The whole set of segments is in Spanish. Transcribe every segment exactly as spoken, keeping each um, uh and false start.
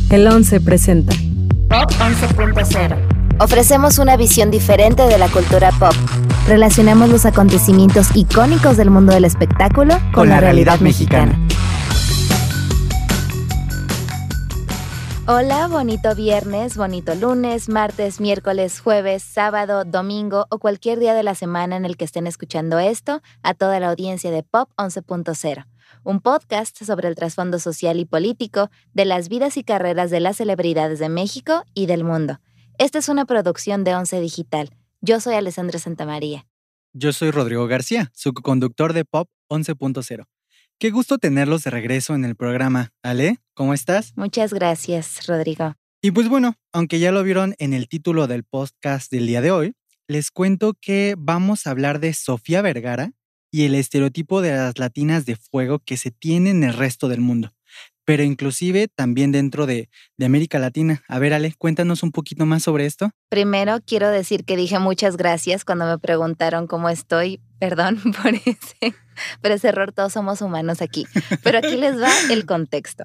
El once presenta Pop once punto cero. Ofrecemos una visión diferente de la cultura pop. Relacionamos los acontecimientos icónicos del mundo del espectáculo con, con la, la realidad, realidad mexicana. mexicana. Hola, bonito viernes, bonito lunes, martes, miércoles, jueves, sábado, domingo o cualquier día de la semana en el que estén escuchando esto, a toda la audiencia de Pop once punto cero, un podcast sobre el trasfondo social y político de las vidas y carreras de las celebridades de México y del mundo. Esta es una producción de Once Digital. Yo soy Alessandra Santamaría. Yo soy Rodrigo García, su conductor de Pop once punto cero. Qué gusto tenerlos de regreso en el programa. Ale, ¿cómo estás? Muchas gracias, Rodrigo. Y pues bueno, aunque ya lo vieron en el título del podcast del día de hoy, les cuento que vamos a hablar de Sofía Vergara y el estereotipo de las latinas de fuego que se tiene en el resto del mundo, pero inclusive también dentro de, de América Latina. A ver, Ale, cuéntanos un poquito más sobre esto. Primero, quiero decir que dije muchas gracias cuando me preguntaron cómo estoy. Perdón por ese, por ese error, todos somos humanos aquí. Pero aquí les va el contexto.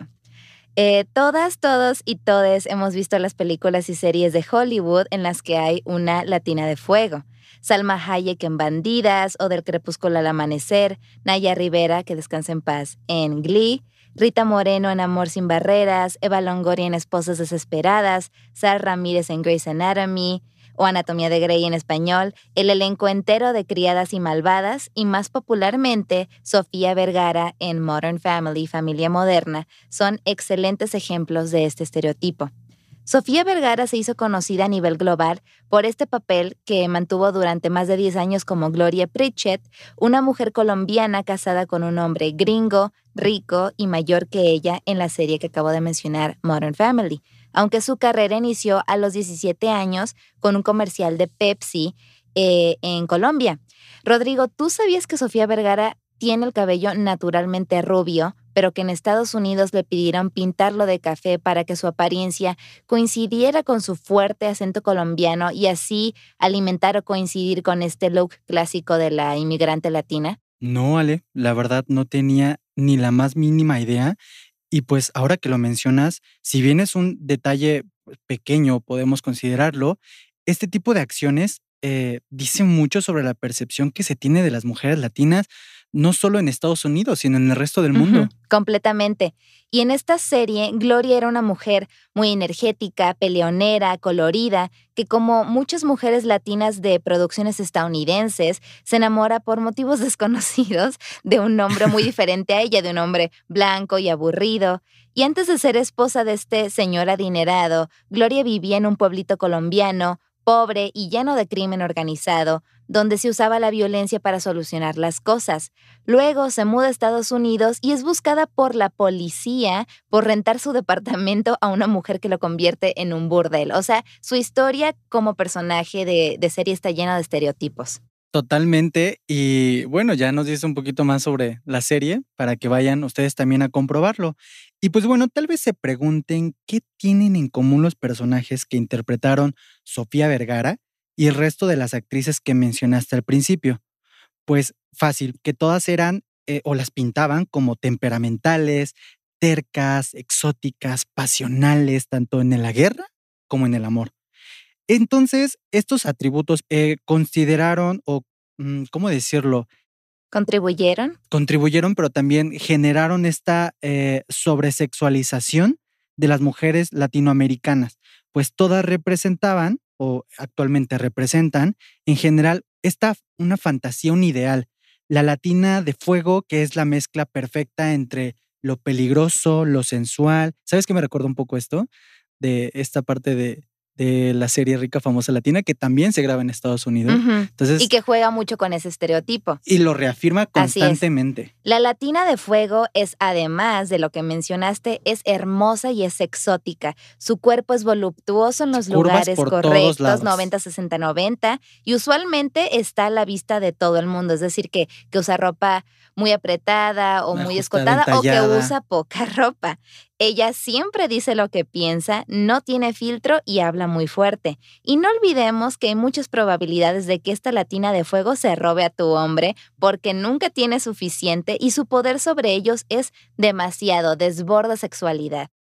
Eh, todas, todos y todes hemos visto las películas y series de Hollywood en las que hay una latina de fuego. Salma Hayek en Bandidas o Del Crepúsculo al Amanecer, Naya Rivera, que descansa en paz, en Glee, Rita Moreno en Amor sin Barreras, Eva Longoria en Esposas Desesperadas, Sara Ramírez en Grey's Anatomy o Anatomía de Grey en español, el elenco entero de Criadas y Malvadas y más popularmente Sofía Vergara en Modern Family, Familia Moderna, son excelentes ejemplos de este estereotipo. Sofía Vergara se hizo conocida a nivel global por este papel que mantuvo durante más de diez años como Gloria Pritchett, una mujer colombiana casada con un hombre gringo, rico y mayor que ella en la serie que acabo de mencionar, Modern Family, aunque su carrera inició a los diecisiete años con un comercial de Pepsi eh, en Colombia. Rodrigo, ¿tú sabías que Sofía Vergara tiene el cabello naturalmente rubio, pero que en Estados Unidos le pidieron pintarlo de café para que su apariencia coincidiera con su fuerte acento colombiano y así alimentar o coincidir con este look clásico de la inmigrante latina? No, Ale, la verdad no tenía ni la más mínima idea. Y pues ahora que lo mencionas, si bien es un detalle pequeño, podemos considerarlo, este tipo de acciones eh, dicen mucho sobre la percepción que se tiene de las mujeres latinas, no solo en Estados Unidos, sino en el resto del mundo. Uh-huh, completamente. Y en esta serie, Gloria era una mujer muy energética, peleonera, colorida, que como muchas mujeres latinas de producciones estadounidenses, se enamora por motivos desconocidos de un hombre muy diferente a ella, de un hombre blanco y aburrido. Y antes de ser esposa de este señor adinerado, Gloria vivía en un pueblito colombiano, pobre y lleno de crimen organizado, donde se usaba la violencia para solucionar las cosas. Luego se muda a Estados Unidos y es buscada por la policía por rentar su departamento a una mujer que lo convierte en un burdel. O sea, su historia como personaje de, de serie está llena de estereotipos. Totalmente. Y bueno, ya nos dice un poquito más sobre la serie para que vayan ustedes también a comprobarlo. Y pues bueno, tal vez se pregunten qué tienen en común los personajes que interpretaron Sofía Vergara y el resto de las actrices que mencionaste al principio. Pues fácil, que todas eran eh, o las pintaban como temperamentales, tercas, exóticas, pasionales, tanto en la guerra como en el amor. Entonces, estos atributos eh, consideraron o, mm, ¿cómo decirlo? ¿Contribuyeron? Contribuyeron, pero también generaron esta eh, sobresexualización de las mujeres latinoamericanas, pues todas representaban o actualmente representan en general esta una fantasía, un ideal, la latina de fuego, que es la mezcla perfecta entre lo peligroso, lo sensual. ¿Sabes qué me recuerda un poco esto? De esta parte de de la serie Rica Famosa Latina, que también se graba en Estados Unidos. Uh-huh. Entonces, y que juega mucho con ese estereotipo. Y lo reafirma constantemente. Así es. La latina de fuego es, además de lo que mencionaste, es hermosa y es exótica. Su cuerpo es voluptuoso en los Curvas lugares por todos correctos, lados. noventa, sesenta, noventa, y usualmente está a la vista de todo el mundo. Es decir, que, que usa ropa muy apretada o muy Ajustada, escotada o que entallada. usa poca ropa. Ella siempre dice lo que piensa, no tiene filtro y habla muy fuerte. Y no olvidemos que hay muchas probabilidades de que esta latina de fuego se robe a tu hombre porque nunca tiene suficiente y su poder sobre ellos es demasiado, desborda sexualidad.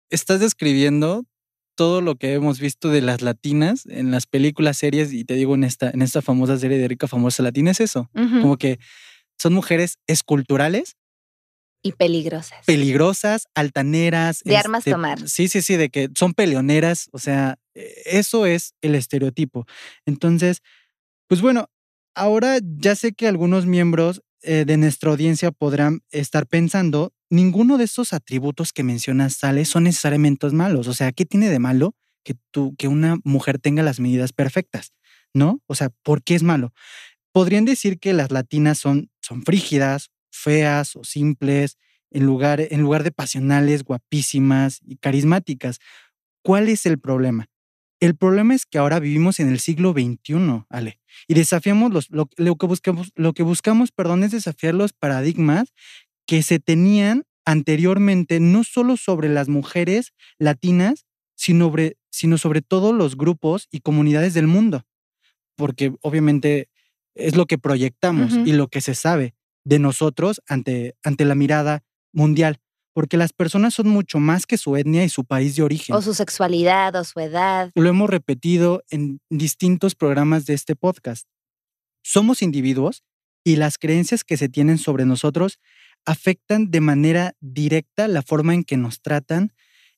estás describiendo todo lo que hemos visto de las latinas en las películas, series, y te digo, en esta, en esta famosa serie de Rica Famosa Latina es eso. Ujú. Como que son mujeres esculturales, Y peligrosas. peligrosas, altaneras. De armas este, tomar. Sí, sí, sí, de que son peleoneras. O sea, eh, eso es el estereotipo. Entonces, pues bueno, ahora ya sé que algunos miembros eh, de nuestra audiencia podrán estar pensando, ninguno de estos atributos que mencionas, Sale, son necesariamente malos. O sea, ¿qué tiene de malo que, tú, que una mujer tenga las medidas perfectas? ¿No? O sea, ¿por qué es malo? Podrían decir que las latinas son, son frígidas, feas o simples, en lugar, en lugar de pasionales, guapísimas y carismáticas. ¿Cuál es el problema? El problema es que ahora vivimos en el siglo veintiuno, Ale, y desafiamos los, lo, lo que buscamos, lo que buscamos, perdón, es desafiar los paradigmas que se tenían anteriormente, no solo sobre las mujeres latinas, sino sobre, sino sobre todos los grupos y comunidades del mundo, porque obviamente es lo que proyectamos Ujú. y lo que se sabe de nosotros ante, ante la mirada mundial, porque las personas son mucho más que su etnia y su país de origen. O su sexualidad, o su edad. Lo hemos repetido en distintos programas de este podcast. Somos individuos y las creencias que se tienen sobre nosotros afectan de manera directa la forma en que nos tratan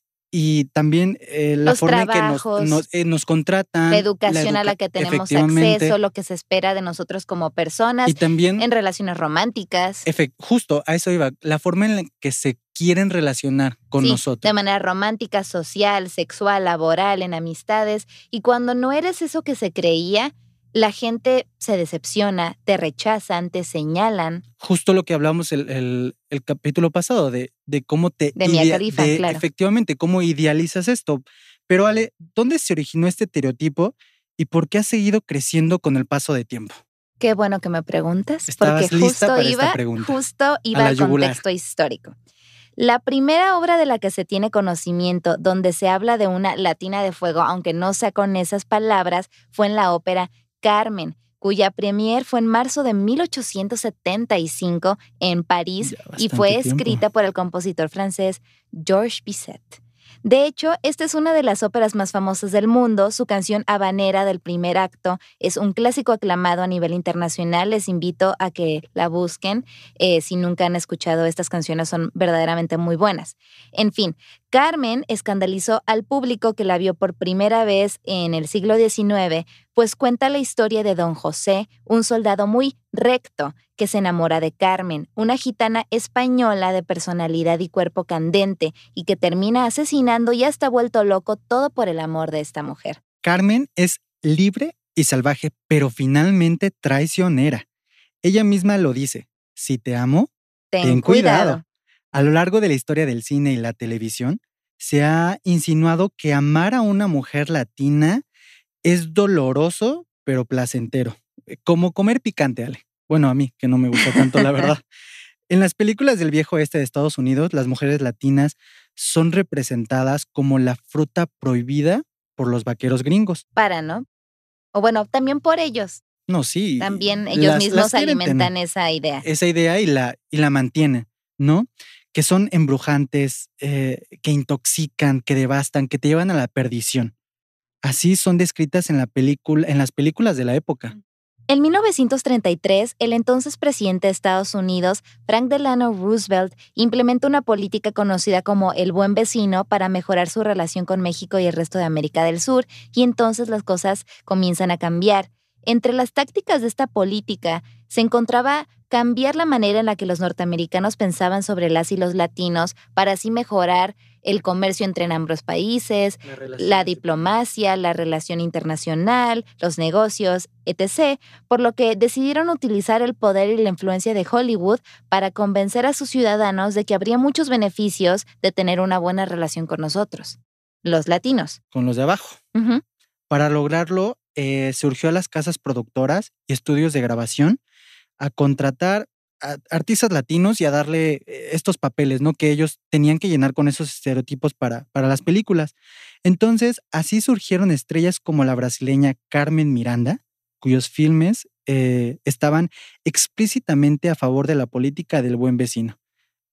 y también eh, la Los forma en que nos, trabajos, nos, eh, nos contratan. la educación la a educa la que tenemos efectivamente. acceso, lo que se espera de nosotros como personas, Y también, en relaciones románticas. efe- justo a eso iba, la forma en la que se quieren relacionar con Sí, nosotros. de manera romántica, social, sexual, laboral, en amistades. Y cuando no eres eso que se creía, la gente se decepciona, te rechazan, te señalan. Justo lo que hablamos el, el, el capítulo pasado, de, de cómo te... De Mia idea- Khalifa, de, claro. Efectivamente, cómo idealizas esto. Pero Ale, ¿dónde se originó este estereotipo y por qué ha seguido creciendo con el paso de tiempo? Qué bueno que me preguntas, ¿Estabas porque lista justo para esta iba, pregunta? justo iba A la al yugular. contexto histórico. La primera obra de la que se tiene conocimiento donde se habla de una latina de fuego, aunque no sea con esas palabras, fue en la ópera Carmen, cuya premier fue en marzo de mil ochocientos setenta y cinco en París Ya y bastante fue tiempo. escrita por el compositor francés Georges Bizet. De hecho, esta es una de las óperas más famosas del mundo. Su canción habanera del primer acto es un clásico aclamado a nivel internacional. Les invito a que la busquen. Eh, si nunca han escuchado estas canciones, son verdaderamente muy buenas. En fin, Carmen escandalizó al público que la vio por primera vez en el siglo diecinueve, pues cuenta la historia de don José, un soldado muy recto que se enamora de Carmen, una gitana española de personalidad y cuerpo candente y que termina asesinando y hasta vuelto loco, todo por el amor de esta mujer. Carmen es libre y salvaje, pero finalmente traicionera. Ella misma lo dice, si te amo, Ten, ten cuidado. cuidado. A lo largo de la historia del cine y la televisión, se ha insinuado que amar a una mujer latina es doloroso, pero placentero. Eh, Como comer picante, Ale. Bueno, a mí, que no me gusta tanto, la verdad. En las películas del viejo oeste de Estados Unidos, las mujeres latinas son representadas como la fruta prohibida por los vaqueros gringos. Para, ¿no? O bueno, también por ellos. No, sí. También ellos las- mismos las quieren alimentan tener, esa idea. esa idea y la, y la mantienen, ¿no? Que son embrujantes, eh, que intoxican, que devastan, que te llevan a la perdición. Así son descritas en, la película, en las películas de la época. En mil novecientos treinta y tres, el entonces presidente de Estados Unidos, Frank Delano Roosevelt, implementó una política conocida como el buen vecino para mejorar su relación con México y el resto de América del Sur, y entonces las cosas comienzan a cambiar. Entre las tácticas de esta política se encontraba cambiar la manera en la que los norteamericanos pensaban sobre las y los latinos para así mejorar el comercio entre ambos países, la diplomacia, la relación internacional, los negocios, etcétera, por lo que decidieron utilizar el poder y la influencia de Hollywood para convencer a sus ciudadanos de que habría muchos beneficios de tener una buena relación con nosotros, los latinos. Con los de abajo. Ujú. Para lograrlo, eh, surgió a las casas productoras y estudios de grabación a contratar a artistas latinos y a darle eh, estos papeles, ¿no? Que ellos tenían que llenar con esos estereotipos para, para las películas. Entonces, así surgieron estrellas como la brasileña Carmen Miranda, cuyos filmes eh, estaban explícitamente a favor de la política del buen vecino.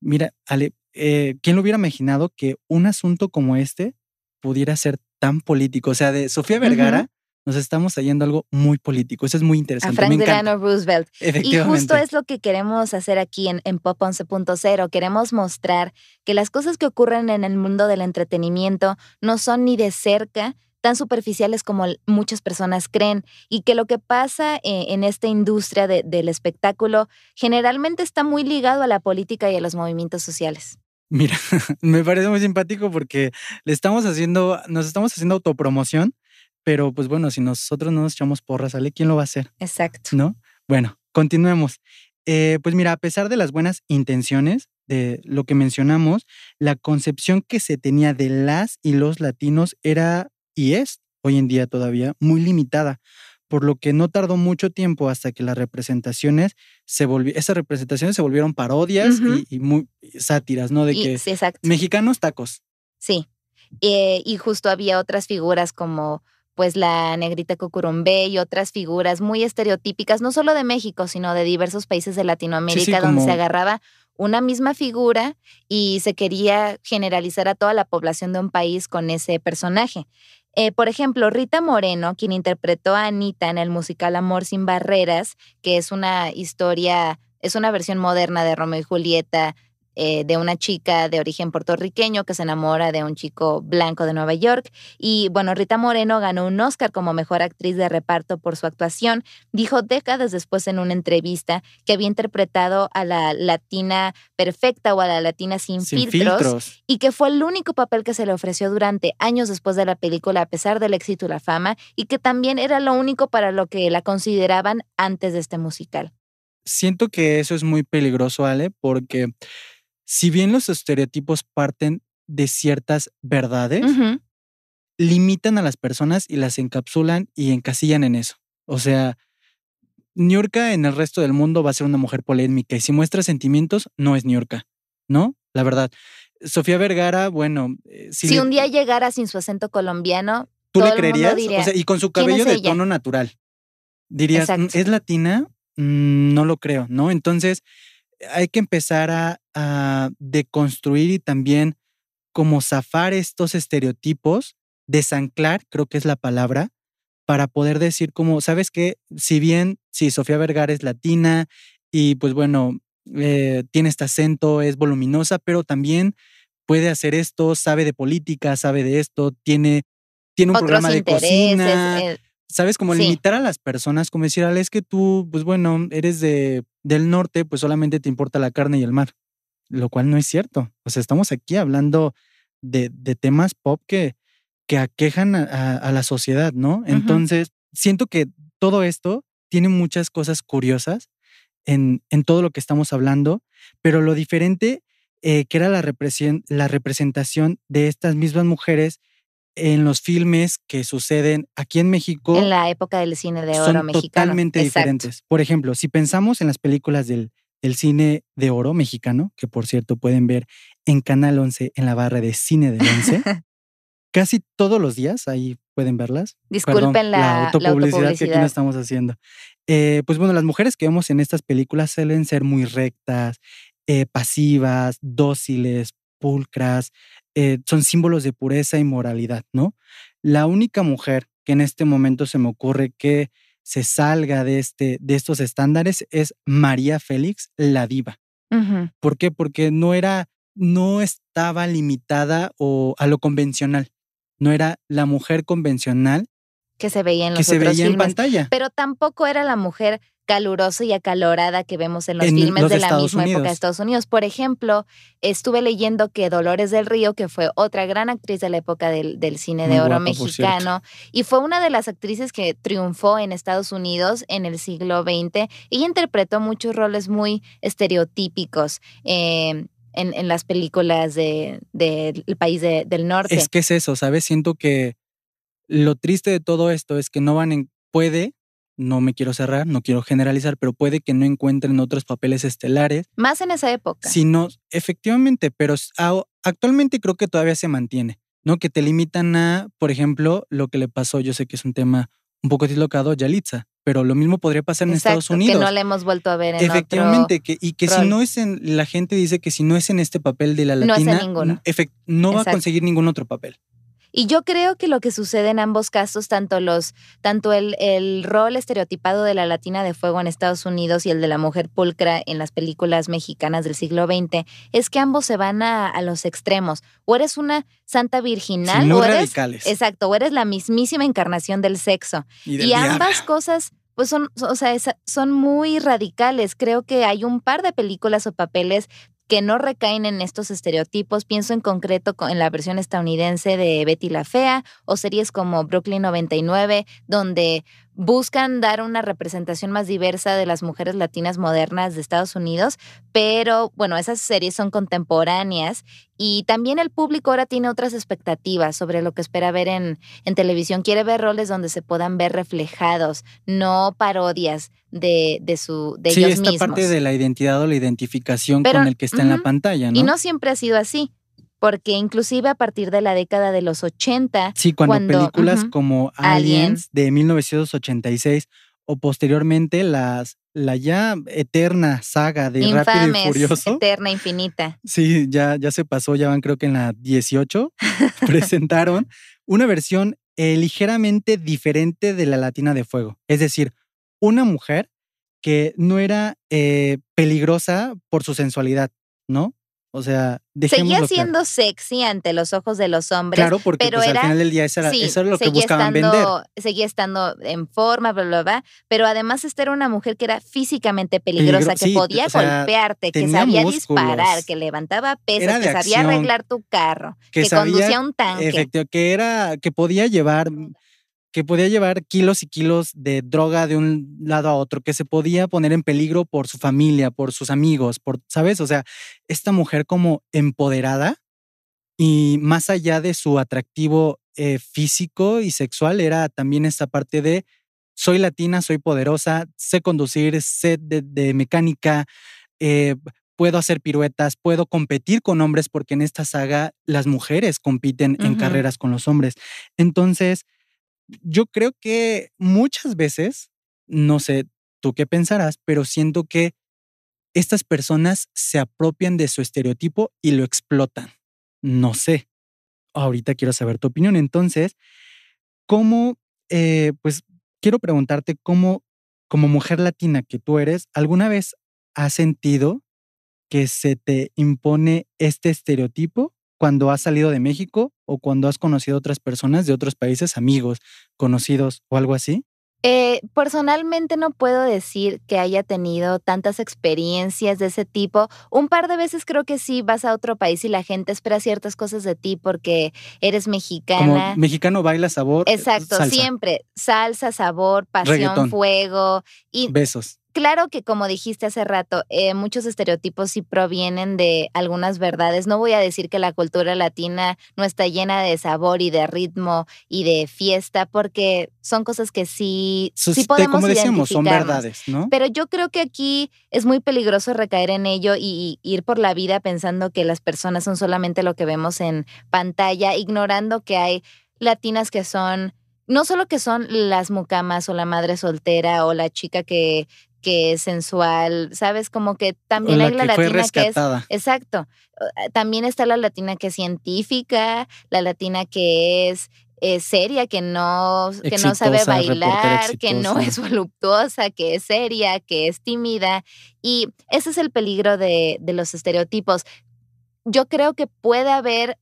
Mira, Ale, eh, ¿quién lo hubiera imaginado que un asunto como este pudiera ser tan político? O sea, de Sofía Ujú. Vergara nos estamos yendo a algo muy político. Eso es muy A interesante, me Frank encanta. Delano Roosevelt. Y justo Efectivamente. es lo que queremos hacer aquí en, en Pop once punto cero. Queremos mostrar que las cosas que ocurren en el mundo del entretenimiento no son ni de cerca tan superficiales como l- muchas personas creen y que lo que pasa eh, en esta industria de- del espectáculo generalmente está muy ligado a la política y a los movimientos sociales. Mira, me parece muy simpático porque le estamos haciendo, nos estamos haciendo autopromoción, pero pues bueno, si nosotros no nos echamos porras, Ale, ¿quién lo va a hacer? Exacto. ¿No? Bueno, continuemos. Eh, pues mira, a pesar de las buenas intenciones de lo que mencionamos, la concepción que se tenía de las y los latinos era y es hoy en día todavía muy limitada, por lo que no tardó mucho tiempo hasta que las representaciones se volvieron, esas representaciones se volvieron parodias Ujú. y, y muy sátiras, ¿no? De Y que sí, exacto. mexicanos tacos. Sí. Eh, y justo había otras figuras como, pues, la Negrita Cucurumbé y otras figuras muy estereotípicas, no solo de México, sino de diversos países de Sí, sí, Latinoamérica, donde se como agarraba una misma figura y se quería generalizar a toda la población de un país con ese personaje. Eh, por ejemplo, Rita Moreno, quien interpretó a Anita en el musical Amor sin barreras, que es una historia, es una versión moderna de Romeo y Julieta, eh, de una chica de origen puertorriqueño que se enamora de un chico blanco de Nueva York. Y bueno, Rita Moreno ganó un Oscar como mejor actriz de reparto por su actuación. Dijo décadas después en una entrevista que había interpretado a la latina perfecta o a la latina sin sin filtros filtros. y que fue el único papel que se le ofreció durante años después de la película, a pesar del éxito y la fama, y que también era lo único para lo que la consideraban antes de este musical. Siento que eso es muy peligroso, Ale, porque si bien los estereotipos parten de ciertas verdades, Ujú. limitan a las personas y las encapsulan y encasillan en eso. O sea, Niurka en el resto del mundo va a ser una mujer polémica y si muestra sentimientos, no es Niurka, ¿no? La verdad. Sofía Vergara, bueno, eh, si Si le, un día llegara sin su acento colombiano, ¿tú le todo el mundo creerías? O diría, sea, y con su ¿quién cabello es de ella? tono natural, dirías, "Mm, Exacto. ¿es latina? Mm, no lo creo, ¿no? Entonces, hay que empezar a, a deconstruir y también como zafar estos estereotipos, desanclar, creo que es la palabra, para poder decir como, ¿sabes qué? Si bien, sí, Sofía Vergara es latina y pues bueno, eh, tiene este acento, es voluminosa, pero también puede hacer esto, sabe de política, sabe de esto, tiene, tiene un Otros programa de intereses, cocina, eh, ¿sabes? Como sí, limitar a las personas, como decir, Ale, es que tú, pues bueno, eres de, del norte, pues solamente te importa la carne y el mar, lo cual no es cierto. O sea, estamos aquí hablando de, de temas pop que, que aquejan a, a- a la sociedad, ¿no? ujú, Entonces, siento que todo esto tiene muchas cosas curiosas en, en todo lo que estamos hablando, pero lo diferente eh, que era la, represen- la representación de estas mismas mujeres en los filmes que suceden aquí en en México la época del cine de oro son mexicano, totalmente exacto. diferentes. Por ejemplo, si pensamos en las películas del, del cine de oro mexicano, que por cierto pueden ver en Canal once en la barra de cine del once, casi todos los días, ahí pueden verlas. Perdón, Disculpen la la la autopublicidad que aquí no autopublicidad. estamos haciendo. Eh, pues bueno, las mujeres que vemos en estas películas suelen ser muy rectas, eh, pasivas, dóciles, pulcras, eh, son símbolos de pureza y moralidad, ¿no? La única mujer que en este momento se me ocurre que se salga de, este, de estos estándares es María Félix, la diva. Ujú, ¿Por qué? Porque no era, no estaba limitada o a lo convencional. No era la mujer convencional que se veía en que los se otros veía en filmes, pantalla pero tampoco era la mujer calurosa y acalorada que vemos en los en filmes los de la Estados misma época de Unidos. Estados Unidos. Por ejemplo, estuve leyendo que Dolores del Río, que fue otra gran actriz de la época del, del cine Muy de oro guapa, por cierto. mexicano, y fue una de las actrices que triunfó en Estados Unidos en el siglo veinte. Ella interpretó muchos roles muy estereotípicos eh, en, en las películas de- del país de- del Es norte. que es eso, ¿sabes? Siento que lo triste de todo esto es que no van en, puede, no me quiero cerrar, no quiero generalizar, pero puede que no encuentren otros papeles estelares, Más en esa época. sino efectivamente, pero s- ao- actualmente creo que todavía se mantiene, ¿no? Que te limitan a, por ejemplo, lo que le pasó, yo sé que es un tema un poco dislocado, Yalitza. pero lo mismo podría pasar en Exacto, Estados Unidos. que no la hemos vuelto a ver en Efectivamente, otro que, y que rol. si no es en, la gente dice que si no es en este papel de la No es en latina, ninguno. efect, no va Exacto. a conseguir ningún otro papel. Y yo creo que lo que sucede en ambos casos, tanto los, tanto el, el rol estereotipado de la latina de fuego en Estados Unidos y el de la mujer pulcra en las películas mexicanas del siglo veinte, es que ambos se van a, a los extremos. O eres una santa virginal, sí, muy o eres, radicales. exacto, o eres la mismísima encarnación del sexo. Y, del y ambas diablo. cosas, pues son, o sea, son muy radicales. Creo que hay un par de películas o papeles que no recaen en estos estereotipos. Pienso en concreto en la versión estadounidense de Betty la Fea o series como Brooklyn noventa y nueve, donde buscan dar una representación más diversa de las mujeres latinas modernas de Estados Unidos, pero bueno, esas series son contemporáneas y también el público ahora tiene otras expectativas sobre lo que espera ver en, en televisión. Quiere ver roles donde se puedan ver reflejados, no parodias de, de, su, de sí, ellos esta mismos. parte de la identidad o la identificación pero, con el que está uh-huh. en la pantalla, ¿no? Y no siempre ha sido así. Porque inclusive a partir de la década de los ochenta... Sí, cuando, cuando películas uh-huh, como Aliens Alien. de mil novecientos ochenta y seis o posteriormente las, la ya eterna saga de Infames, Rápido y Furioso. eterna, infinita. Sí, ya, ya se pasó, ya van creo que en la dieciocho, presentaron una versión eh, ligeramente diferente de la Latina de Fuego. Es decir, una mujer que no era eh, peligrosa por su sensualidad, ¿no? O sea, seguía siendo claro. sexy ante los ojos de los hombres. Claro, porque pero pues, era, al final del día eso era, sí, eso era lo que seguía buscaban estando, vender. Seguía estando en forma, bla, bla, bla. Pero además esta era una mujer que era físicamente peligrosa, Peligro, que sí, podía o sea, golpearte, que sabía músculos, disparar, que levantaba pesas, que sabía acción, arreglar tu carro, que, que sabía, conducía un tanque. Efectivo, que era, que podía llevar... que podía llevar kilos y kilos de droga de un lado a otro, que se podía poner en peligro por su familia, por sus amigos, por, ¿sabes? O sea, esta mujer como empoderada y más allá de su atractivo eh, físico y sexual, era también esta parte de soy latina, soy poderosa, sé conducir, sé de, de mecánica, eh, puedo hacer piruetas, puedo competir con hombres porque en esta saga las mujeres compiten uh-huh. en carreras con los hombres. Entonces, yo creo que muchas veces, no sé tú qué pensarás, pero siento que estas personas se apropian de su estereotipo y lo explotan. No sé. Ahorita quiero saber tu opinión. Entonces, ¿cómo, eh, pues, quiero preguntarte cómo, como mujer latina que tú eres, ¿alguna vez has sentido que se te impone este estereotipo cuando has salido de México o cuando has conocido a otras personas de otros países, amigos, conocidos o algo así? Eh, personalmente no puedo decir que haya tenido tantas experiencias de ese tipo. Un par de veces creo que sí vas a otro país y la gente espera ciertas cosas de ti porque eres mexicana. Como mexicano baila, sabor, exacto, salsa. Siempre. Salsa, sabor, pasión, reggaetón, fuego. Y besos. Claro que, como dijiste hace rato, eh, muchos estereotipos sí provienen de algunas verdades. No voy a decir que la cultura latina no está llena de sabor y de ritmo y de fiesta, porque son cosas que sí, Sus, sí podemos como decíamos, son identificarnos. verdades, ¿no? Pero yo creo que aquí es muy peligroso recaer en ello y, y ir por la vida pensando que las personas son solamente lo que vemos en pantalla, ignorando que hay latinas que son, no solo que son las mucamas o la madre soltera o la chica que... que es sensual, ¿sabes? Como que también la hay la que latina fue rescatada. que es... Exacto. También está la latina que es científica, la latina que es eh, seria, que no, exitosa, que no sabe bailar, que no es voluptuosa, que es seria, que es tímida. Y ese es el peligro de, de los estereotipos. Yo creo que puede haber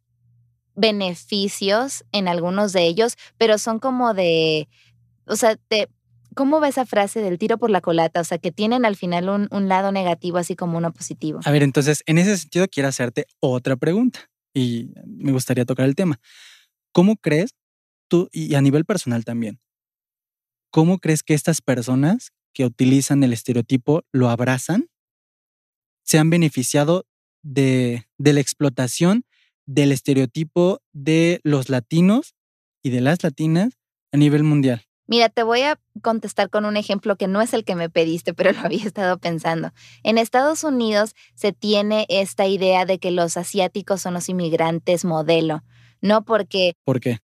beneficios en algunos de ellos, pero son como de... O sea, te... ¿Cómo va esa frase del tiro por la culata? O sea, que tienen al final un, un lado negativo así como uno positivo. A ver, entonces, en ese sentido quiero hacerte otra pregunta y me gustaría tocar el tema. ¿Cómo crees tú, y a nivel personal también, cómo crees que estas personas que utilizan el estereotipo lo abrazan, se han beneficiado de, de la explotación del estereotipo de los latinos y de las latinas a nivel mundial? Mira, te voy a contestar con un ejemplo que no es el que me pediste, pero lo había estado pensando. En Estados Unidos se tiene esta idea de que los asiáticos son los inmigrantes modelo, ¿no? Porque... ¿Por qué?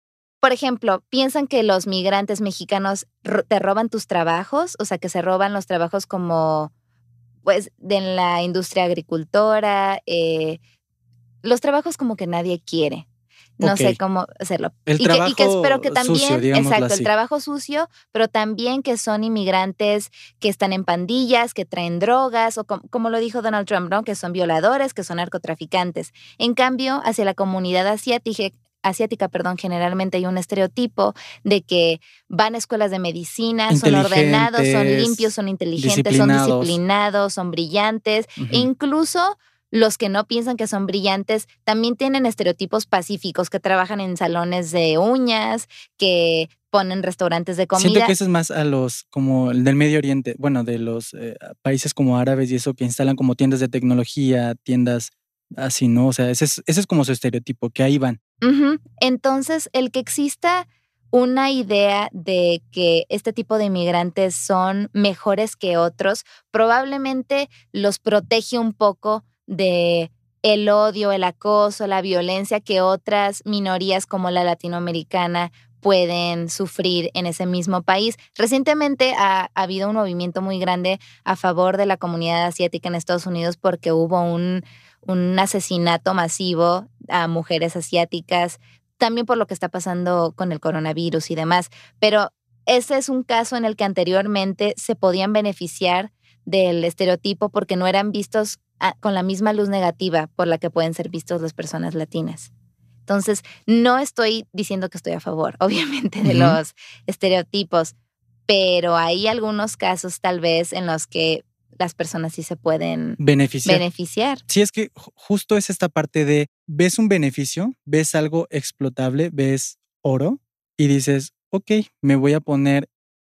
Por ejemplo, piensan que los migrantes mexicanos ro- te roban tus trabajos, o sea, que se roban los trabajos como, pues, de la industria agricultora, eh, los trabajos como que nadie quiere. No Ok. sé cómo hacerlo. El Y que, y que espero que trabajo sucio, también, digámoslo exacto, el así. trabajo sucio, pero también que son inmigrantes que están en pandillas, que traen drogas, o com- como lo dijo Donald Trump, ¿no? Que son violadores, que son narcotraficantes. En cambio, hacia la comunidad asiática, asiática, perdón, generalmente hay un estereotipo de que van a escuelas de medicina, son ordenados, son limpios, Inteligentes, son inteligentes, son disciplinados. disciplinados, son brillantes, e Ujú. incluso los que no piensan que son brillantes también tienen estereotipos pacíficos, que trabajan en salones de uñas, que ponen restaurantes de Siento comida. que eso es más a los como el del Medio Oriente, bueno, de los eh, países como árabes y eso que instalan como tiendas de tecnología, tiendas así, ¿no? O sea, ese es, ese es como su estereotipo, que ahí van. Ujú. Entonces, el que exista una idea de que este tipo de inmigrantes son mejores que otros, probablemente los protege un poco de el odio, el acoso, la violencia que otras minorías como la latinoamericana pueden sufrir en ese mismo país. Recientemente ha, ha habido un movimiento muy grande a favor de la comunidad asiática en Estados Unidos porque hubo un, un asesinato masivo a mujeres asiáticas, también por lo que está pasando con el coronavirus y demás. Pero ese es un caso en el que anteriormente se podían beneficiar del estereotipo porque no eran vistos a- con la misma luz negativa por la que pueden ser vistos las personas latinas. Entonces, no estoy diciendo que estoy a favor, obviamente, de Ujú. los estereotipos, pero hay algunos casos tal vez en los que las personas sí se pueden Beneficiar. beneficiar. Sí, es que ju- justo es esta parte de ves un beneficio, ves algo explotable, ves oro y dices, ok, me voy a poner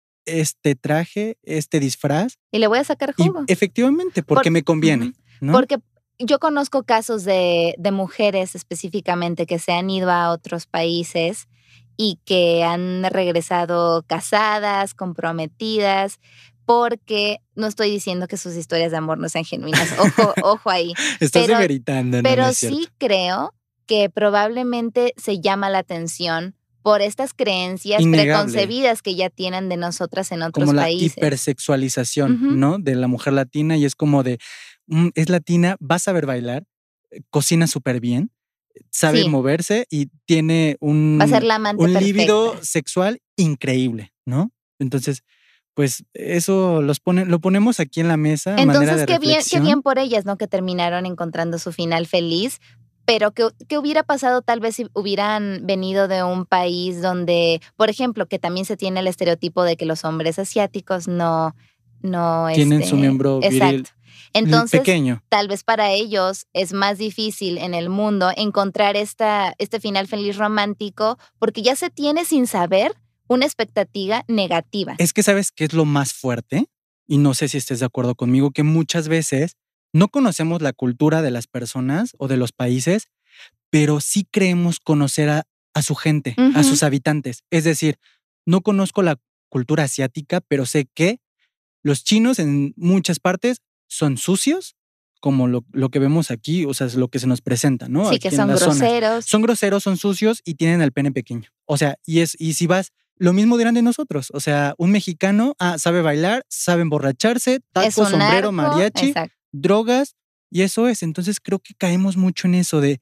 este traje, este disfraz Y le voy a sacar y jugo. efectivamente, porque Por- me conviene, Ujú. ¿no? Porque yo conozco casos de, de mujeres específicamente que se han ido a otros países y que han regresado casadas, comprometidas, porque no estoy diciendo que sus historias de amor no sean genuinas, ojo, ojo ahí, Estás pero, demeritando, no, no pero es cierto. sí creo que probablemente se llama la atención por estas creencias Innegable. preconcebidas que ya tienen de nosotras en otros Como la países. hipersexualización, Ujú. ¿no? De la mujer latina y es como de, mm, es latina, va a saber bailar, eh, cocina súper bien, sabe Sí. moverse y tiene Va a ser un, la amante un líbido perfecta. sexual increíble, ¿no? Entonces, pues eso los pone, lo ponemos aquí en la mesa a manera Entonces, de qué bien, qué reflexión. bien por ellas, ¿no? Que terminaron encontrando su final feliz. Pero, ¿qué, qué hubiera pasado tal vez si hubieran venido de un país donde, por ejemplo, que también se tiene el estereotipo de que los hombres asiáticos no, no, Tienen su este, miembro viril exacto. Entonces, pequeño. tal vez para ellos es más difícil en el mundo encontrar esta, este final feliz romántico porque ya se tiene sin saber una expectativa negativa. Es que sabes qué es lo más fuerte, y no sé si estés de acuerdo conmigo, que muchas veces no conocemos la cultura de las personas o de los países, pero sí creemos conocer a, a su gente, a Ujú. sus habitantes. Es decir, no conozco la cultura asiática, pero sé que los chinos en muchas partes son sucios, como lo, lo que vemos aquí, o sea, es lo que se nos presenta, ¿no? Sí, que Aquí en son las zonas. groseros. Son groseros, son sucios y tienen el pene pequeño. O sea, y es, y si vas, lo mismo dirán de nosotros. O sea, un mexicano ah, sabe bailar, sabe emborracharse, Es taco, un sombrero, narco, mariachi, exacto. drogas, y eso es. Entonces creo que caemos mucho en eso de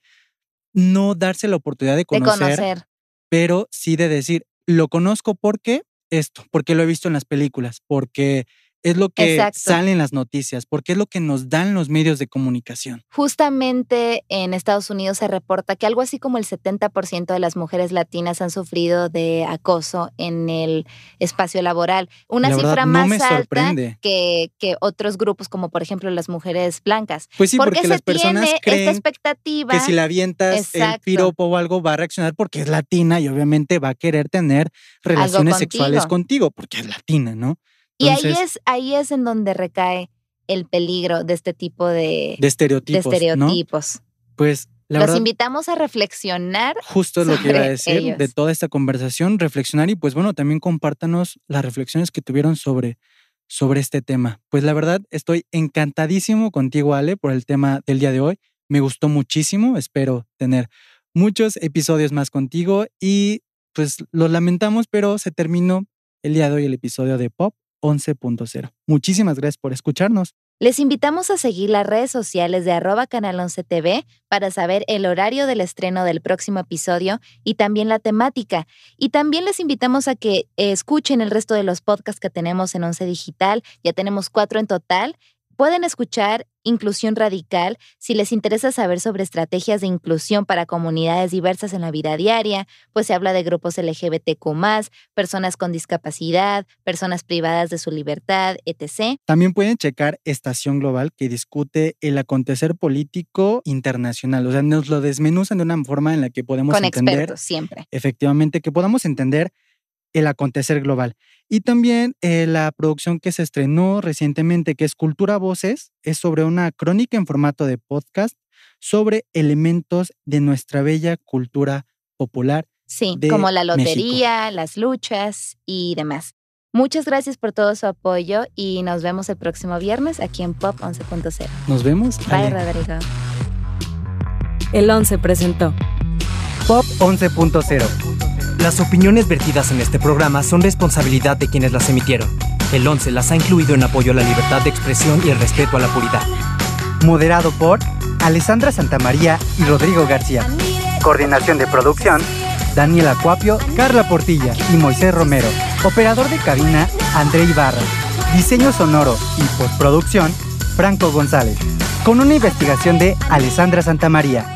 no darse la oportunidad de De conocer, conocer. pero sí de decir, lo conozco porque esto, porque lo he visto en las películas, porque es lo que Exacto. sale en las noticias, porque es lo que nos dan los medios de comunicación. Justamente en Estados Unidos se reporta que algo así como el setenta por ciento de las mujeres latinas han sufrido de acoso en el espacio laboral. Una La verdad, cifra no más me alta sorprende. que, que otros grupos, como por ejemplo las mujeres blancas. Pues sí, ¿Por porque qué las se personas tiene esta creen expectativa? que si le avientas el Exacto. piropo o algo va a reaccionar porque es latina y obviamente va a querer tener relaciones sexuales contigo. contigo porque es latina, ¿no? Y ahí Entonces, es, ahí es en donde recae el peligro de este tipo de, de de estereotipos, ¿no? estereotipos. Pues la Los verdad, invitamos a reflexionar justo es lo que iba a sobre decir de ellos. toda esta conversación, reflexionar y pues bueno, también compártanos las reflexiones que tuvieron sobre, sobre este tema. Pues la verdad, estoy encantadísimo contigo, Ale, por el tema del día de hoy. Me gustó muchísimo, espero tener muchos episodios más contigo y pues lo lamentamos, pero se terminó el día de hoy el episodio de Pop once punto cero. Muchísimas gracias por escucharnos. Les invitamos a seguir las redes sociales de arroba Canal once T V para saber el horario del estreno del próximo episodio y también la temática. Y también les invitamos a que eh, escuchen el resto de los podcasts que tenemos en Once Digital. Ya tenemos cuatro en total. Pueden escuchar Inclusión Radical si les interesa saber sobre estrategias de inclusión para comunidades diversas en la vida diaria, pues se habla de grupos L G B T Q más, personas con discapacidad, personas privadas de su libertad, etcétera. También pueden checar Estación Global, que discute el acontecer político internacional. O sea, nos lo desmenuzan de una forma en la que podemos Con entender. Con expertos, siempre. Efectivamente, que podamos entender el acontecer global. Y también eh, la producción que se estrenó recientemente, que es Cultura Voces, es sobre una crónica en formato de podcast sobre elementos de nuestra bella cultura popular. Sí, de como la lotería, México. Las luchas y demás. Muchas gracias por todo su apoyo y nos vemos el próximo viernes aquí en Pop once punto cero. Nos vemos. Bye, Ale. Rodrigo. El once presentó Pop once punto cero. Las opiniones vertidas en este programa son responsabilidad de quienes las emitieron. El once las ha incluido en apoyo a la libertad de expresión y el respeto a la puridad. Moderado por Alessandra Santamaría y Rodrigo García. Coordinación de producción, Daniela Cuapio, Carla Portilla y Moisés Romero. Operador de cabina, André Ibarra. Diseño sonoro y postproducción, Franco González. Con una investigación de Alessandra Santamaría.